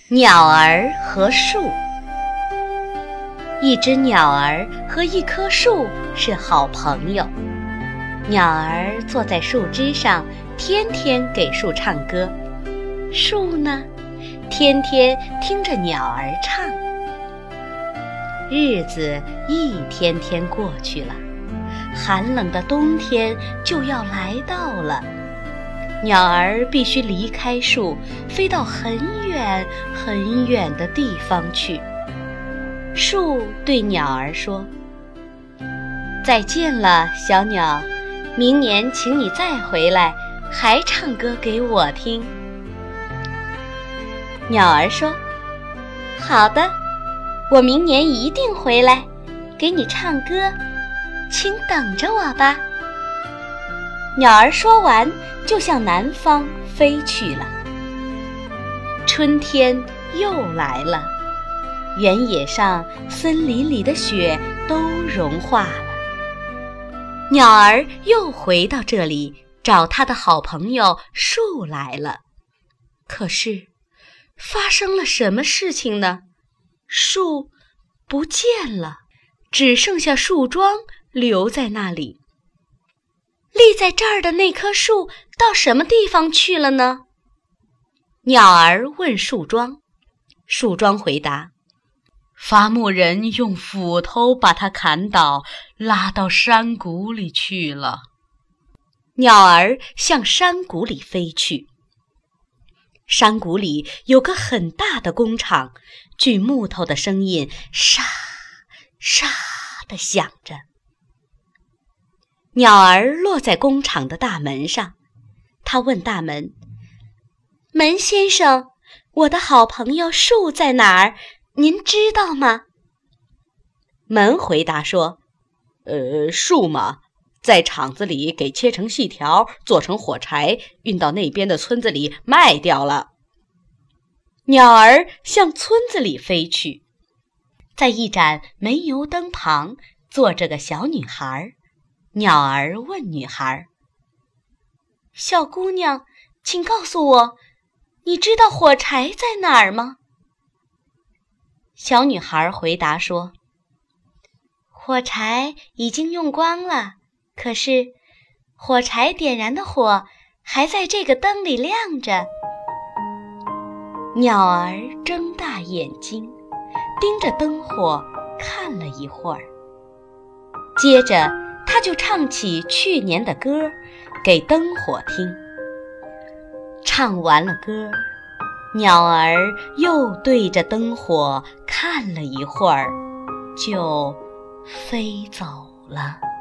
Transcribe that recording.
鸟儿和树。一只鸟儿和一棵树是好朋友。鸟儿坐在树枝上，天天给树唱歌。树呢，天天听着鸟儿唱。日子一天天过去了，寒冷的冬天就要来到了。鸟儿必须离开树，飞到很远很远的地方去。树对鸟儿说：“再见了，小鸟，明年请你再回来，还唱歌给我听。”鸟儿说：“好的，我明年一定回来，给你唱歌，请等着我吧。”鸟儿说完，就向南方飞去了。春天又来了，原野上、森林里的雪都融化了。鸟儿又回到这里，找他的好朋友树来了。可是，发生了什么事情呢？树不见了，只剩下树桩留在那里。立在这儿的那棵树到什么地方去了呢？鸟儿问树桩，树桩回答：“伐木人用斧头把它砍倒，拉到山谷里去了。”鸟儿向山谷里飞去。山谷里有个很大的工厂，锯木头的声音沙沙地响着。鸟儿落在工厂的大门上，他问大门：“门先生，我的好朋友树在哪儿？您知道吗？”门回答说：“树嘛，在厂子里给切成细条，做成火柴，运到那边的村子里卖掉了。”鸟儿向村子里飞去，在一盏煤油灯旁坐着个小女孩。鸟儿问女孩：“小姑娘，请告诉我，你知道火柴在哪儿吗？”小女孩回答说：“火柴已经用光了，可是火柴点燃的火还在这个灯里亮着。”鸟儿睁大眼睛，盯着灯火看了一会儿，接着他就唱起去年的歌给灯火听。唱完了歌，鸟儿又对着灯火看了一会儿，就飞走了。